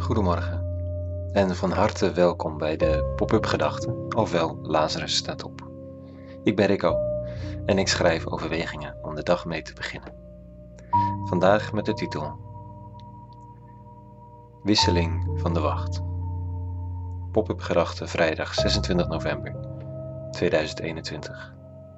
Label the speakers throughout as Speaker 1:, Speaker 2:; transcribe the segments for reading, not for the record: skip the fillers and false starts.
Speaker 1: Goedemorgen en van harte welkom bij de Pop-up Gedachten, ofwel Lazarus staat op. Ik ben Rico en ik schrijf overwegingen om de dag mee te beginnen. Vandaag met de titel Wisseling van de wacht. Pop-up Gedachten vrijdag 26 november 2021.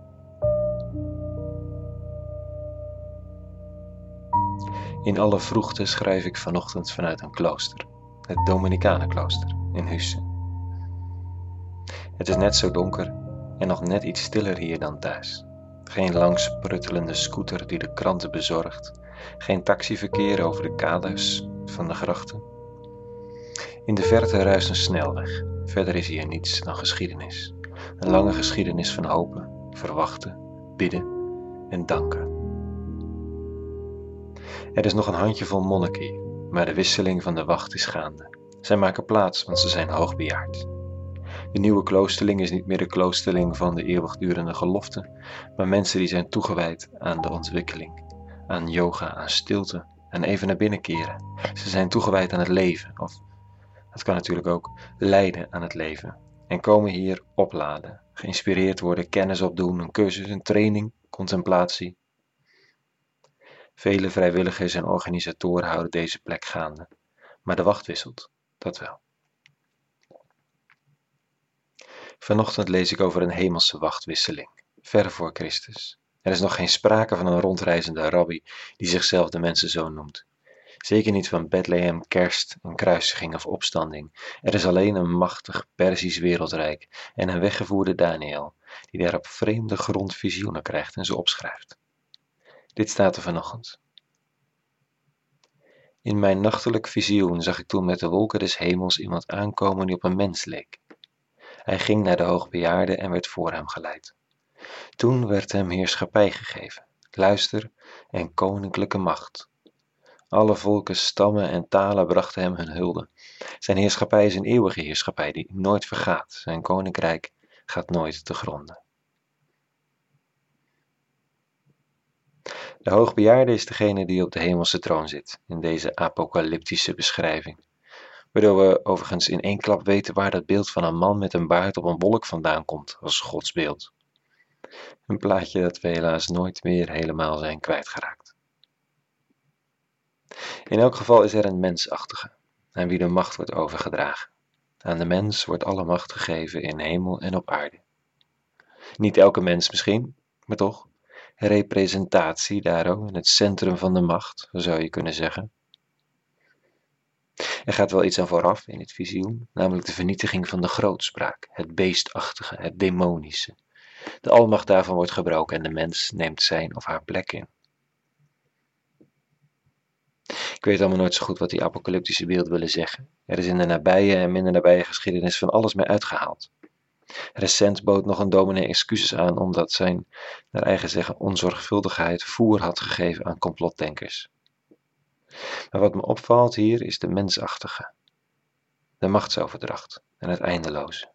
Speaker 1: In alle vroegte schrijf ik vanochtend vanuit een klooster, het Dominicanenklooster in Husse. Het is net zo donker en nog net iets stiller hier dan thuis. Geen langs pruttelende scooter die de kranten bezorgt, geen taxiverkeer over de kades van de grachten. In de verte ruist een snelweg, verder is hier niets dan geschiedenis. Een lange geschiedenis van hopen, verwachten, bidden en danken. Er is nog een handjevol monniken hier, maar de wisseling van de wacht is gaande. Zij maken plaats, want ze zijn hoogbejaard. De nieuwe kloosterling is niet meer de kloosterling van de eeuwigdurende gelofte, maar mensen die zijn toegewijd aan de ontwikkeling, aan yoga, aan stilte, aan even naar binnen keren. Ze zijn toegewijd aan het leven, of het kan natuurlijk ook lijden aan het leven, en komen hier opladen, geïnspireerd worden, kennis opdoen, een cursus, een training, contemplatie. Vele vrijwilligers en organisatoren houden deze plek gaande, maar de wacht wisselt, dat wel. Vanochtend lees ik over een hemelse wachtwisseling, ver voor Christus. Er is nog geen sprake van een rondreizende rabbi die zichzelf de mensenzoon noemt. Zeker niet van Bethlehem, kerst, een kruisiging of opstanding. Er is alleen een machtig Perzisch wereldrijk en een weggevoerde Daniel, die daar op vreemde grond visioenen krijgt en ze opschrijft. Dit staat er vanochtend. In mijn nachtelijk visioen zag ik toen met de wolken des hemels iemand aankomen die op een mens leek. Hij ging naar de hoogbejaarde en werd voor hem geleid. Toen werd hem heerschappij gegeven, luister en koninklijke macht. Alle volken, stammen en talen brachten hem hun hulde. Zijn heerschappij is een eeuwige heerschappij die nooit vergaat. Zijn koninkrijk gaat nooit te gronde. De hoogbejaarde is degene die op de hemelse troon zit, in deze apocalyptische beschrijving. Waardoor we overigens in één klap weten waar dat beeld van een man met een baard op een wolk vandaan komt, als godsbeeld. Een plaatje dat we helaas nooit meer helemaal zijn kwijtgeraakt. In elk geval is er een mensachtige, aan wie de macht wordt overgedragen. Aan de mens wordt alle macht gegeven in hemel en op aarde. Niet elke mens misschien, maar toch, representatie daarom in het centrum van de macht, zo zou je kunnen zeggen. Er gaat wel iets aan vooraf in het visioen, namelijk de vernietiging van de grootspraak, het beestachtige, het demonische. De almacht daarvan wordt gebroken en de mens neemt zijn of haar plek in. Ik weet allemaal nooit zo goed wat die apocalyptische beelden willen zeggen. Er is in de nabije en minder nabije geschiedenis van alles mee uitgehaald. Recent bood nog een dominee excuses aan omdat zijn, naar eigen zeggen, onzorgvuldigheid voer had gegeven aan complotdenkers. Maar wat me opvalt hier is de mensachtige, de machtsoverdracht en het eindeloze.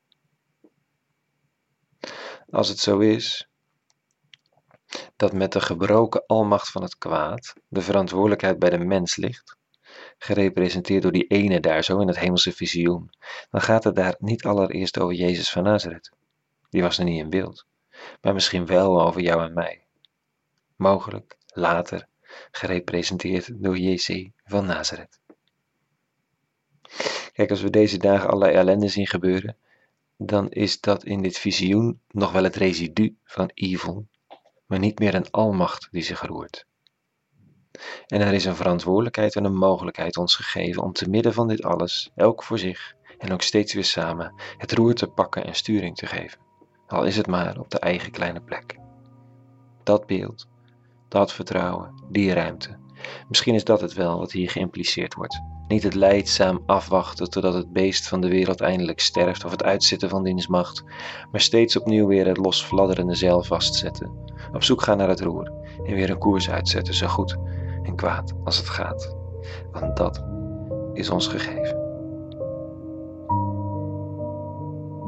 Speaker 1: Als het zo is dat met de gebroken almacht van het kwaad de verantwoordelijkheid bij de mens ligt, gerepresenteerd door die ene daar zo in het hemelse visioen, dan gaat het daar niet allereerst over Jezus van Nazareth. Die was er niet in beeld, maar misschien wel over jou en mij. Mogelijk later gerepresenteerd door Jezus van Nazareth. Kijk, als we deze dagen allerlei ellende zien gebeuren, dan is dat in dit visioen nog wel het residu van evil, maar niet meer een almacht die zich roert. En er is een verantwoordelijkheid en een mogelijkheid ons gegeven om te midden van dit alles, elk voor zich en ook steeds weer samen, het roer te pakken en sturing te geven. Al is het maar op de eigen kleine plek. Dat beeld, dat vertrouwen, die ruimte. Misschien is dat het wel wat hier geïmpliceerd wordt. Niet het lijdzaam afwachten totdat het beest van de wereld eindelijk sterft of het uitzitten van diens macht, maar steeds opnieuw weer het los fladderende zeil vastzetten, op zoek gaan naar het roer en weer een koers uitzetten, zo goed en kwaad als het gaat. Want dat is ons gegeven.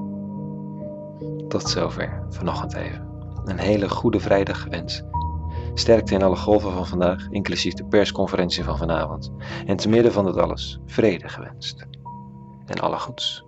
Speaker 1: Tot zover vanochtend even. Een hele goede vrijdag gewenst. Sterkte in alle golven van vandaag, inclusief de persconferentie van vanavond. En te midden van dat alles, vrede gewenst. En alle goeds.